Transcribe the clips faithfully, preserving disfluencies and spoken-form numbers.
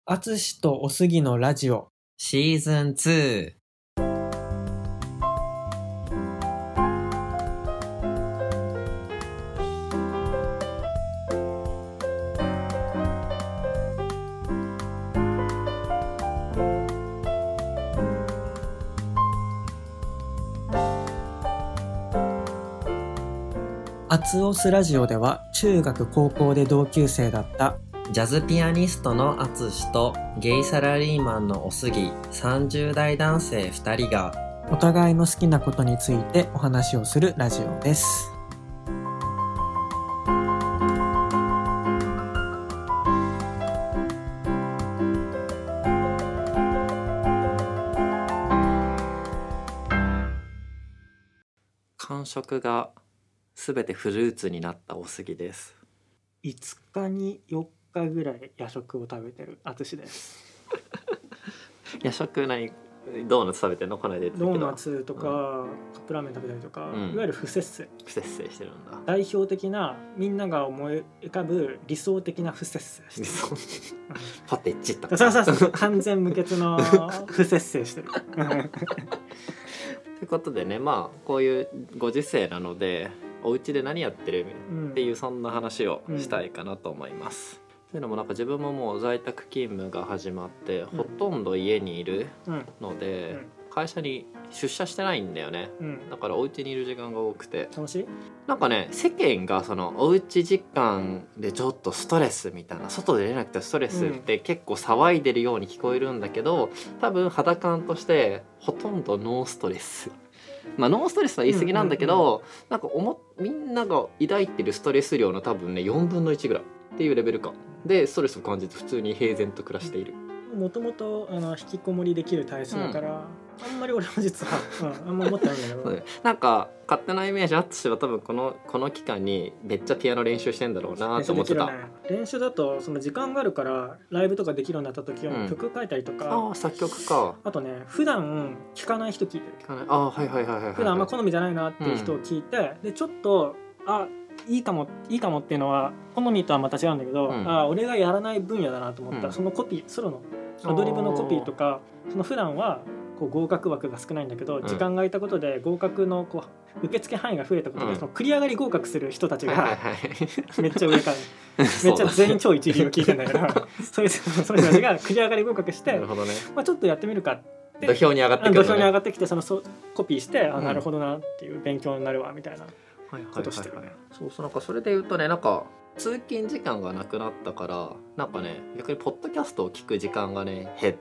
あつしとおすぎのラジオシーズンツー。 あつおすラジオでは中学高校で同級生だったジャズピアニストのあつしとゲイサラリーマンのおすぎさんじゅう代男性ふたりがお互いの好きなことについてお話をするラジオです。 感触がすべてフルーツになったおすぎです。 いつかによっかぐらい夜食を食べてるあつしです。 夜食何ドーナツ食べてんの？この間言ってたけどドーナツとか、うん、カップラーメン食べたりとか、うん、いわゆる不節制不節制してるんだ。 代表的なみんなが思い浮かぶ理想的な不節制してる。 ポテチとかそうそうそう完全無欠の不節制してる。ということでね、まあこういうご時世なのでお家で何やってるっていう、うん、そんな話をしたいかなと思います。というのもなんか自分ももう在宅勤務が始まって、うん、ほとんど家にいるので、うんうん、会社に出社してないんだよね、うん、だからお家にいる時間が多くて楽しい？ なんかね、世間がそのおうち時間でちょっとストレスみたいな、外で出なくてストレスって結構騒いでるように聞こえるんだけど、多分肌感としてほとんどノーストレス。まあノーストレスは言い過ぎなんだけど、うんうんうん、なんかおもみんなが抱いてるストレス量の多分ねよんぶんのいちぐらいっていうレベルかでストレスを感じて普通に平然と暮らしている。 もともと引きこもりできる体質だから、うん、あんまり俺も実は、うん、あんま思ってないんだけどなんか勝手なイメージあっては多分このこの期間にめっちゃピアノ練習してんだろうなと思ってた。 練習できるね。練習だとその時間があるからライブとかできるようになった時は曲書いたりとか、 うん、あ作曲か。 あとね普段聴かない人聞いてる。 聞かない。あはいはいはいはい、はい、 普段あんま好みじゃないなっていう人を聞いて、うん、でちょっとあいいかもいいかもっていうのは好みとはまた違うんだけど、うん、あ俺がやらない分野だなと思ったら、うん、そのコピーソロのアドリブのコピーとか、その普段はこう合格枠が少ないんだけど、うん、時間が空いたことで合格のこう受付範囲が増えたことで、うん、その繰り上がり合格する人たちが、はいはいはい、めっちゃ上からめっちゃ全員超一流を聞いてんだけどそういうその人たちが繰り上がり合格してなるほど、ね、まあ、ちょっとやってみるかって土俵に上がってくる、ね、 土俵に上がってきてそのそコピーして、うん、あなるほどなっていう勉強になるわみたいなことしてるね、はいはいはいはい、 そうそう、なんかそれで言うとね、なんか通勤時間がなくなったからなんかね逆にポッドキャストを聞く時間がね減って、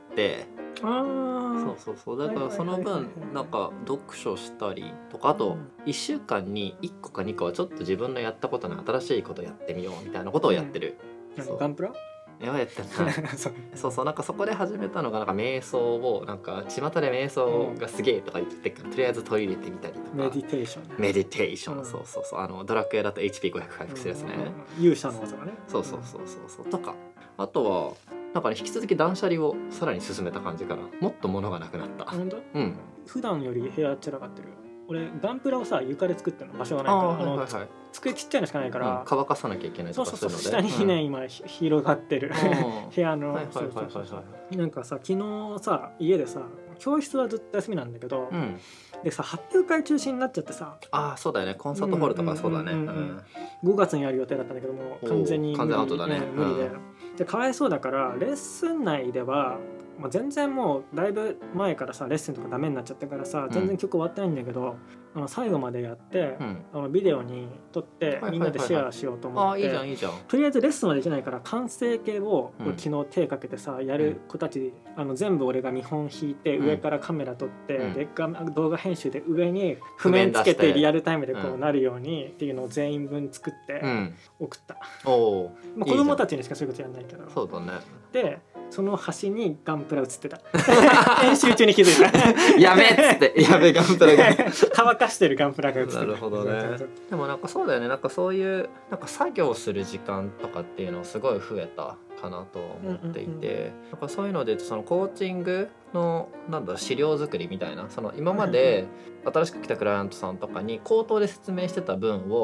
あそうそうそうだからその分なんか読書したりとか、あといっしゅうかんにいっこかにこはちょっと自分のやったことの新しいことやってみようみたいなことをやってる、 うん、そうガンプラややってたそうそう、なんかそこで始めたのがなんか瞑想をなんか巷で瞑想がすげえとか言ってから、うん、とりあえず取り入れてみたりとかメディテーション、ね、 メディテーション、うん、そうそうそう、あのドラクエだと エイチピーごひゃく 回復するやつね、 うん、勇者の技がね、 そうそうそうそうそうとか、あとはなんかね引き続き断捨離をさらに進めた感じからもっと物がなくなった。 本当？ うん。 普段より部屋散らかってる。俺ガンプラをさ床で作ってるの場所がないから、あ、あの、はいはいはい、机ちっちゃいのしかないから、 うん、乾かさなきゃいけないとかするので、 そうそうそう下にね、うん、今広がってる部屋の、なんかさ昨日さ家でさ教室はずっと休みなんだけど、うん、でさ発表会中止になっちゃってさ、 あそうだよね、コンサートホールとかそうだね、 ごがつにやる予定だったんだけども完全に無理、 完全アウトだね、 無理で、うん、でかわいそうだからレッスン内ではまあ、全然もうだいぶ前からさレッスンとかダメになっちゃったからさ全然曲終わってないんだけど、うん、あの最後までやって、うん、あのビデオに撮ってみんなでシェアしようと思って、 あいいじゃんいいじゃん、 とりあえずレッスンはできないから完成形を、うん、昨日手かけてさやる子たち、あの全部俺が見本引いて、うん、上からカメラ撮って、うん、で動画編集で上に譜面つけてリアルタイムでこうなるようにっていうのを全員分作って送った、うん、おまあ、子供たちにしかそういうことやんないけど、 そうだね。 でその端にガンプラ映ってた編集中に気づいたやべえっつってやべえガンプラが乾かしてるガンプラが映ってた。 なるほどね。でもなんかそうだよね、なんかそういうなんか作業する時間とかっていうのすごい増えたかなと思っていて、うんうんうん、なんかそういうのでそのコーチングのなんだ資料作りみたいな、その今まで新しく来たクライアントさんとかに口頭で説明してた分を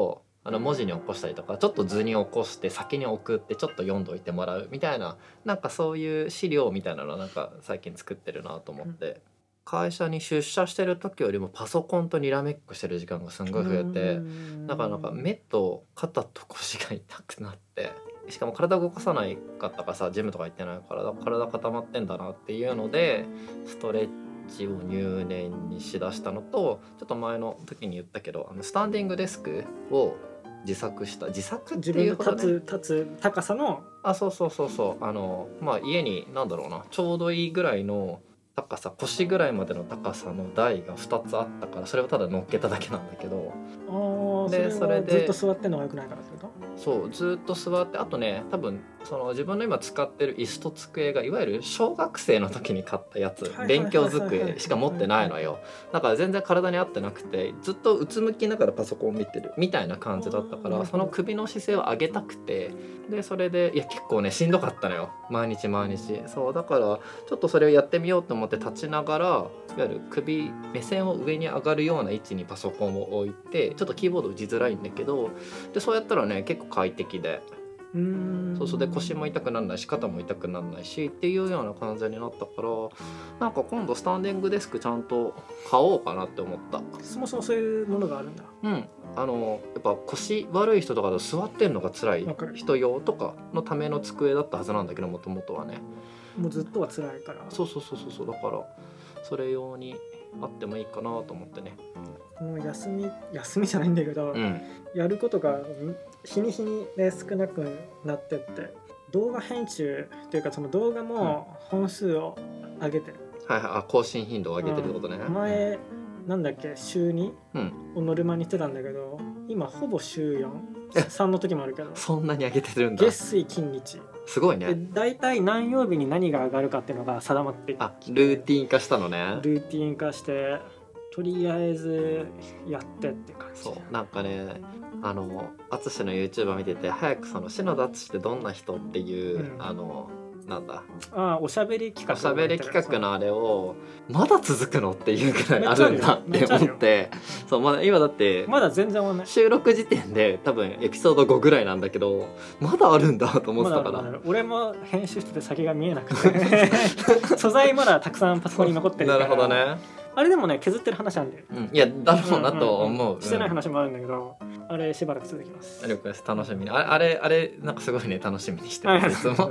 あの文字に起こしたりとかちょっと図に起こして先に送ってちょっと読んどいてもらうみたいななんかそういう資料みたいなのなんか最近作ってるなと思って、うん、会社に出社してる時よりもパソコンとにらめっこしてる時間がすんごい増えて、だからなんか目と肩と腰が痛くなって、しかも体動かさないかったからさ、ジムとか行ってないから体固まってんだなっていうのでストレッチを入念にしだしたのと、ちょっと前の時に言ったけどあのスタンディングデスクを自作した自作っていうほど、ね、 自分で立つ立つ高さのあそうそうそうそうあのまあ家になんだろうなちょうどいいぐらいの高さ、腰ぐらいまでの高さの台がふたつあったからそれをただ乗っけただけなんだけど、 あでそれでずっと座ってんのが良くないからってこと？ そうずっと座って、あとね多分その自分の今使ってる椅子と机がいわゆる小学生の時に買ったやつ、勉強机しか持ってないのよ。だから全然体に合ってなくてずっとうつむきながらパソコンを見てるみたいな感じだったから、その首の姿勢を上げたくて、でそれでいや結構ねしんどかったのよ毎日毎日。そうだからちょっとそれをやってみようと思って立ちながらいわゆる首目線を上に上がるような位置にパソコンを置いて、ちょっとキーボード打ちづらいんだけど、でそうやったらね結構快適で、うーんそうそうで腰も痛くならないし肩も痛くならないしっていうような感じになったから、なんか今度スタンディングデスクちゃんと買おうかなって思った。 そもそもそういうものがあるんだ。 うんあのやっぱ腰悪い人とかと座ってんのが辛い人用とかのための机だったはずなんだけど、もともとはねもうずっとは辛いから、 そうそうそうそうだからそれ用にあってもいいかなと思ってね。 もう休み休みじゃないんだけど、 うん、 やることが日に日に、ね、少なくなってって、動画編集っていうかその動画も本数を上げてる、 うん、はいはい、あ更新頻度を上げてるってことね、 うん、前なんだっけ週にをノルマにしてたんだけど、今ほぼ週よん、さんの時もあるけどそんなに上げてるんだ。 月水金日すごいね。 だいたい何曜日に何が上がるかっていうのが定まってきて、 あルーティン化したのね。 ルーティン化してとりあえずやってって感じ。 そうなんかねあの淳の YouTuber 見てて早くその篠田淳ってどんな人っていう、うん、あのなんだあおしゃべり企画おしゃべり企画のあれをまだ続くのっていうくらいあるんだって思って、そうまだ今だってまだ全然終わんない。 収録時点で多分エピソードごぐらいなんだけどまだあるんだと思ってたから、ま、 俺も編集してて先が見えなくて素材まだたくさんパソコンに残ってるから。 なるほどね。 あれでもね削ってる話なんだよ、うん、 いやだろうなと思う、うんうんうん、 してない話もあるんだけど、あれしばらく続きます。 了解です。楽しみにあれあれあれなんかすごいね楽しみにしてますいつも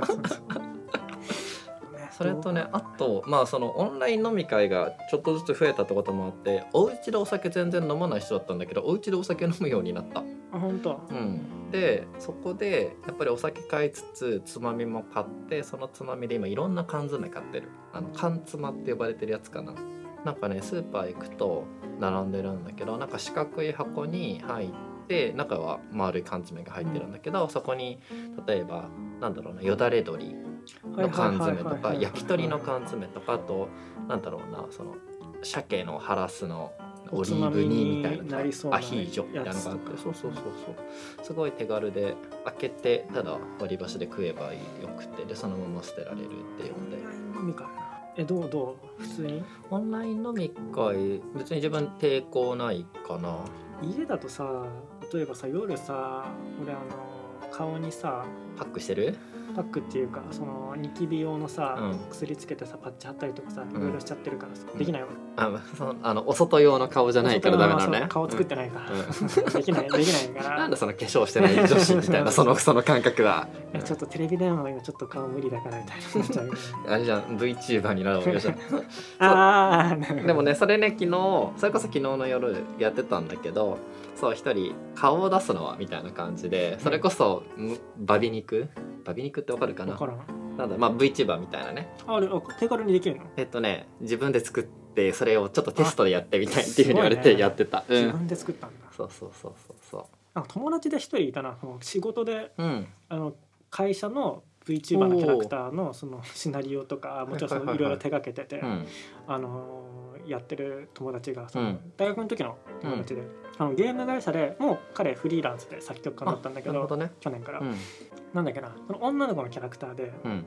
それとねあとまあそのオンライン飲み会がちょっとずつ増えたってこともあって、お家でお酒全然飲まない人だったんだけどお家でお酒飲むようになった。 あ本当。 うんでそこでやっぱりお酒買いつつつまみも買って、そのつまみで今いろんな缶詰買ってる。あの缶つまって呼ばれてるやつかな。なんかねスーパー行くと並んでるんだけど、なんか四角い箱に入って中は丸い缶詰が入ってるんだけど、うん、そこに例えばなんだろうなよだれ鶏の缶詰とか焼き鳥の缶詰とか、あとなんだろうなその鮭のハラスのオリーブ煮みたいなアヒージョみたいなのがあって、そうそうそうそうすごい手軽で開けてただ割り箸で食えばいいよくて、でそのまま捨てられるっていうので。 飲み会えどうどう普通にオンライン飲み会別に自分抵抗ないかな。 家だとさ例えばさ夜さ俺あの顔にさパックしてるパックっていうかそのニキビ用のさ、うん、薬つけてさパッチ貼ったりとかさいろいろしちゃってるからさ、うん、できないわ。 あそのあのお外用の顔じゃないからダメなのね。 顔作ってないから、うん、できないできないからなんでその化粧してない女子みたいなそのその感覚はちょっとテレビ電話が今ちょっと顔無理だからみたいな思っちゃうあれじゃん VTuber になろうよじゃんあでもねそれね昨日それこそ昨日の夜やってたんだけど、そう一人顔を出すのはみたいな感じで、それこそ、うん、バビ肉バビ肉ってわかるかな。 わからん。 なんだまあ VTuber みたいなね。 あれ手軽にできるの？ えっとね自分で作ってそれをちょっとテストでやってみたいっていうふうに言われてやってた、 ねうん、自分で作ったんだ。 そうそうそうそうそう。 なんか友達で一人いたな、仕事で、 うん、 あの会社の VTuber のキャラクターのそのシナリオとかもちろんそのいろいろ手がけてて、あのやってる友達がその、うん、大学の時の友達で、うん、あのゲーム会社でもう彼フリーランスで作曲家だったんだけど、 ね、 去年から、 うん、 なんだっけなその女の子のキャラクターで、 うん、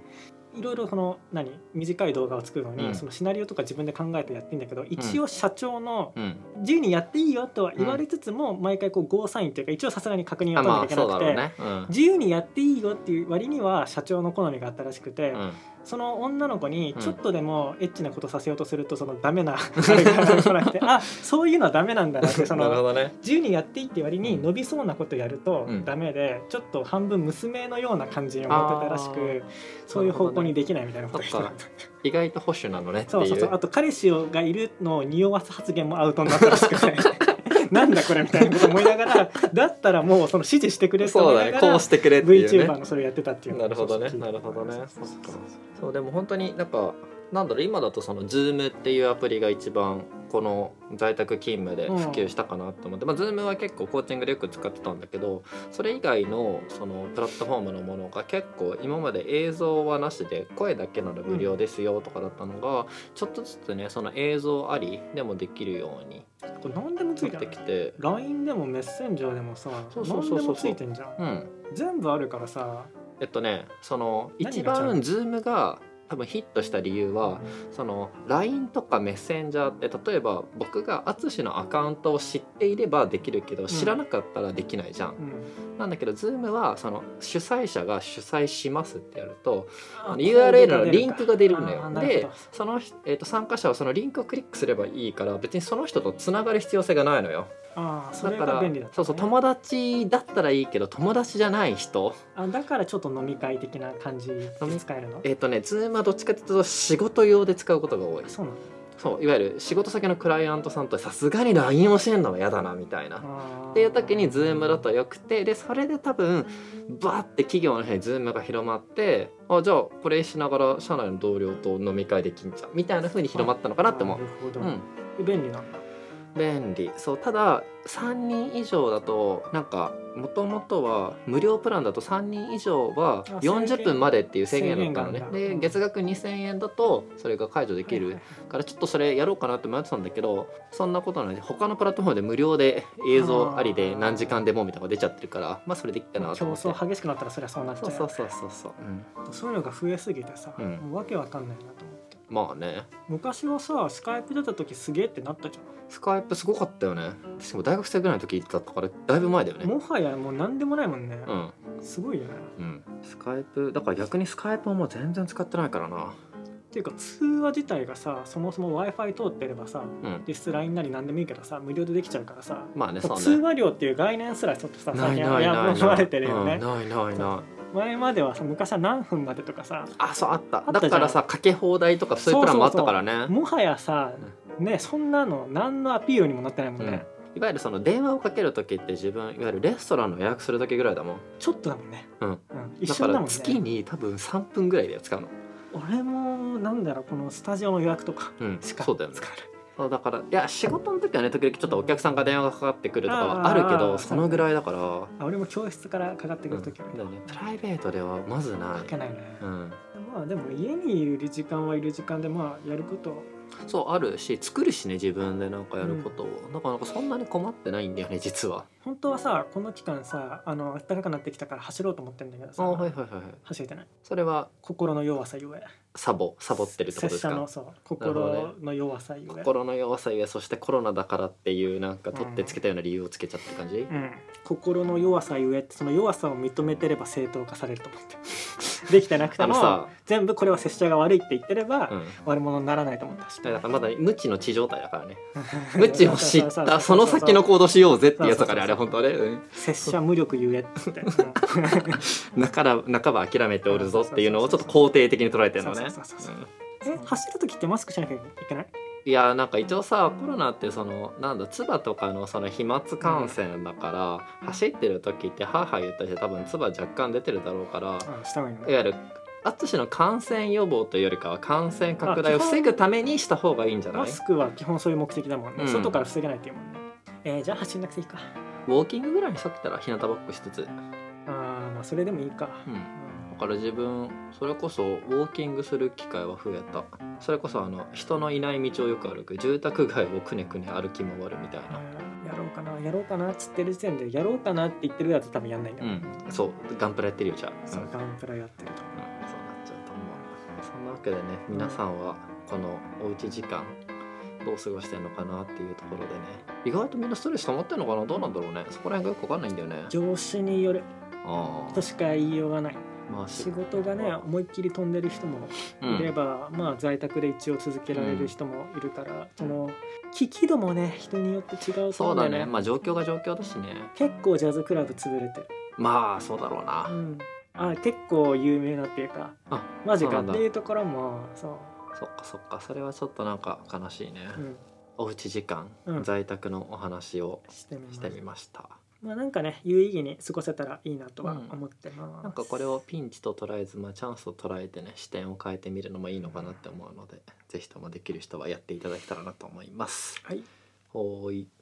いろいろこの何短い動画を作るのに、 うんそのシナリオとか自分で考えてやってんだけど、一応社長のうん自由にやっていいよとは言われつつも、毎回こうゴーサインというか一応さすがに確認あを取らなまあそうきゃいけなくて、 だろうね、うん自由にやっていいよっていう割には社長の好みがあったらしくて、 うんその女の子にうんちょっとでもエッチなことさせようとするとそのダメなあれが来なくてあそういうのはダメなんだなってそなるほのどね。 自由にやっていいって割に伸びそうなことやるとうんダメで、ちょっと半分娘のような感じに思ってたらしあーく、そういう方向にできないみたいなこと言ってた。 意外と保守なのねっていう。 そうそうそう、あと彼氏がいるのを匂わす発言もアウトになったらしくてなんだこれみたいなこと思いながら、だったらもうその指示してくれとそうだね、 思いながらこうしてくれっていうね。 VTuber のそれやってたっていうのをなるほどねそうそう聞いてなるほどね。 そうそっかそうそうそうでも本当になんかなんだろう、今だとその Zoom っていうアプリが一番この在宅勤務で普及したかなと思って、まあ Zoom は結構コーチングでよく使ってたんだけど、それ以外のそのプラットフォームのものが結構今まで映像はなしで声だけなら無料ですよとかだったのが、ちょっとずつねその映像ありでもできるようにこれ何でもついなっててるきて、 ライン でもメッセンジャーでもさそうそうそうそう何でもついてんじゃん、 うん全部あるからさ。 えっとねその一何が違う番 Zoom が多分ヒットした理由は、その ライン とかメッセンジャーって例えば僕が淳のアカウントを知っていればできるけど知らなかったらできないじゃん、 うん、 なんだけど Zoom はその主催者が主催しますってやるとあユーアールエル のリンクが出るのあーよ。 なるほどでその、えー、と参加者はそのリンクをクリックすればいいから別にその人とつながる必要性がないのよ。 あーそれだからが便利だったね、 そうそう友達だったらいいけど友達じゃない人、 あだからちょっと飲み会的な感じで使えるの。 えっ、とね Zoom はどっちかというと仕事用で使うことが多い。 そうなの。 そういわゆる仕事先のクライアントさんとさすがに ライン 教えるのは嫌だなみたいなあーっていう時に Zoom だとよくて、でそれで多分バーって企業の人に Zoom が広まって、あじゃあこれしながら社内の同僚と飲み会できんじゃんみたいな風に広まったのかなって思う。 なるほど、 うん便利なんだ。 便利。そうたださんにん以上だとなんかもともとは無料プランだとさんにん以上はあよんじゅっぷんまでっていう制限だったのね。 制限があるんだで月額にせんえんだとそれが解除できる、 はいはいからちょっとそれやろうかなって迷ってたんだけど、そんなことないで他のプラットフォームで無料で映像ありで何時間でもみたいなのが出ちゃってるから、まあそれでいいかなと競思って。 争激しくなったらそりゃそうなっちゃうよね。 そうそうそうそうそう、うん、 そういうのが増えすぎてさ、 うんもうわけわかんないなと思って。 まあね昔はさスカイプ出た時すげえってなったじゃスカイプすごかったよね。しかも大学生ぐらいの時だったからだいぶ前だよね。 ん。もはやもう何でもないもんね、 うんすごいよね。 うんスカイプだから逆にスカイプはもう全然使ってないからな。 っていうか通話自体がさそもそも Wi-Fi 通ってればさうん実質 ライン なり何でもいいけどさ無料でできちゃうからさ、 まあねそう通ね。 話料っていう概念すらちょっとさない最近ないない危ぶまれてるよね、 うんないないない。 前まではさ昔は何分までとかさあそうあったあったじゃんだからさかけ放題とかそういうプランもあったからね。 もはやさねそんなの何のアピールにもなってないもんね、 いわゆるその電話をかける時って自分いわゆるレストランの予約する時ぐらいだもん。 ちょっとだもんね、 うん一だから瞬だもんね。 月に多分さんぷんぐらいで使うの。 俺もなんだろうこのスタジオの予約とかうんしかそうだよね使えない。 そうだからいや仕事の時はね時々ちょっとお客さんが電話がかかってくるとかはあるけあーどそのぐらいだから、 あ俺も教室からかかってくるときは、 うんだよねプライベートではまずない。 かけないね、 うんまあでも家にいる時間はいる時間でまあやることそうあるし作るしね自分でなんかやることを、だからなんかそんなに困ってないんだよね実は。 本当はさこの期間さあの暖かくなってきたから走ろうと思ってんだけどさ、 あはいはいはいはい。 走れてない。 それは心の弱さゆえサボサボってるってことですか。 拙者のそう心の弱さゆえ、 心の弱さゆえそしてコロナだからっていうなんか取ってつけたような理由をつけちゃってる感じ、 うん、心の弱さゆえってその弱さを認めてれば正当化されると思ってできてなくてもあのさ全部これは拙者が悪いって言ってれば、 うん悪者にならないと思ったし、 だからまだ無知の知状態だからね無知を知ったその先の行動しようぜってやつだからあれ本当はね、うん拙者無力ゆえっつって、 だから半ば諦めておるぞっていうのをちょっと肯定的に捉えてるのね。 そうそうそうそううんえ走る時ってマスクしなきゃいけない？ いやなんか一応さコロナってそのなんだ唾とかのその飛沫感染だから、走ってる時ってハーハー言ったりして多分唾若干出てるだろうから、 あした方がいいのいわゆるあつしの感染予防というよりかは感染拡大を防ぐためにした方がいいんじゃない？ マスクは基本そういう目的だもんね、 うん外から防げないっていうもんね。えー、じゃあ走んなくていいか。 ウォーキングぐらいにしとけたら日向ぼっこしつつ、 あーまあそれでもいいか、 うん、 うんだから自分それこそウォーキングする機会は増えた。それこそあの人のいない道をよく歩く住宅街をくねくね歩き回るみたいな。 やろうかなやろうかなっつってる時点でやろうかなって言ってるやつ多分やんないんだよ、 うん、そうガンプラやってるよじゃあ。 そううんガンプラやってるとうんそうなっちゃうと思う。 けでね、皆さんはこのおうち時間どう過ごしてんのかなっていうところでね、意外とみんなストレス溜まってんのかな、どうなんだろうね。そこら辺がよくわかんないんだよね。 業種によるあとしか言いようがない。 まあ、 仕事がね思いっきり飛んでる人もいれば、うん、まあ在宅で一応続けられる人もいるから、うん、その聞き度もね人によって違うと思うんだよね。 そうだね、まあ状況が状況だしね。 結構ジャズクラブ潰れてる。 まあそうだろうな、 うん、あ結構有名なっていうか、あマジかっていうところもそうそっかそっか、それはちょっとなんか悲しいね、うん、おうち時間、うん、在宅のお話をしてみました。 まあなんかね有意義に過ごせたらいいなとは思ってます、 うん、なんかこれをピンチと捉えず、まあ、チャンスと捉えてね視点を変えてみるのもいいのかなって思うので、ぜひともできる人はやっていただけたらなと思います。 はい、 ほーい。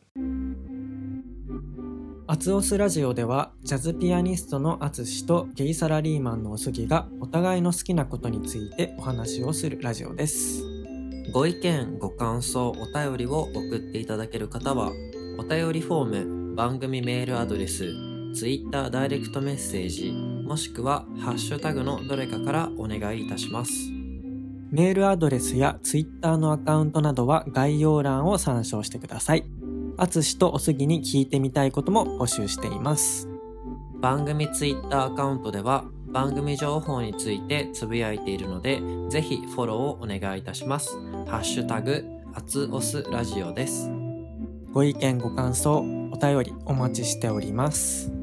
アツオスラジオではジャズピアニストのアツシとゲイサラリーマンのおすぎがお互いの好きなことについてお話をするラジオです。 ご意見ご感想お便りを送っていただける方はお便りフォーム、番組メールアドレス、Twitter ダイレクトメッセージ、もしくはハッシュタグのどれかからお願いいたします。 メールアドレスや Twitter のアカウントなどは概要欄を参照してください。あつしとおすぎに聞いてみたいことも募集しています。 番組 Twitter アカウントでは番組情報についてつぶやいているので、ぜひフォローをお願いいたします。ハッシュタグアツオスラジオです。 ご意見ご感想お便りお待ちしております。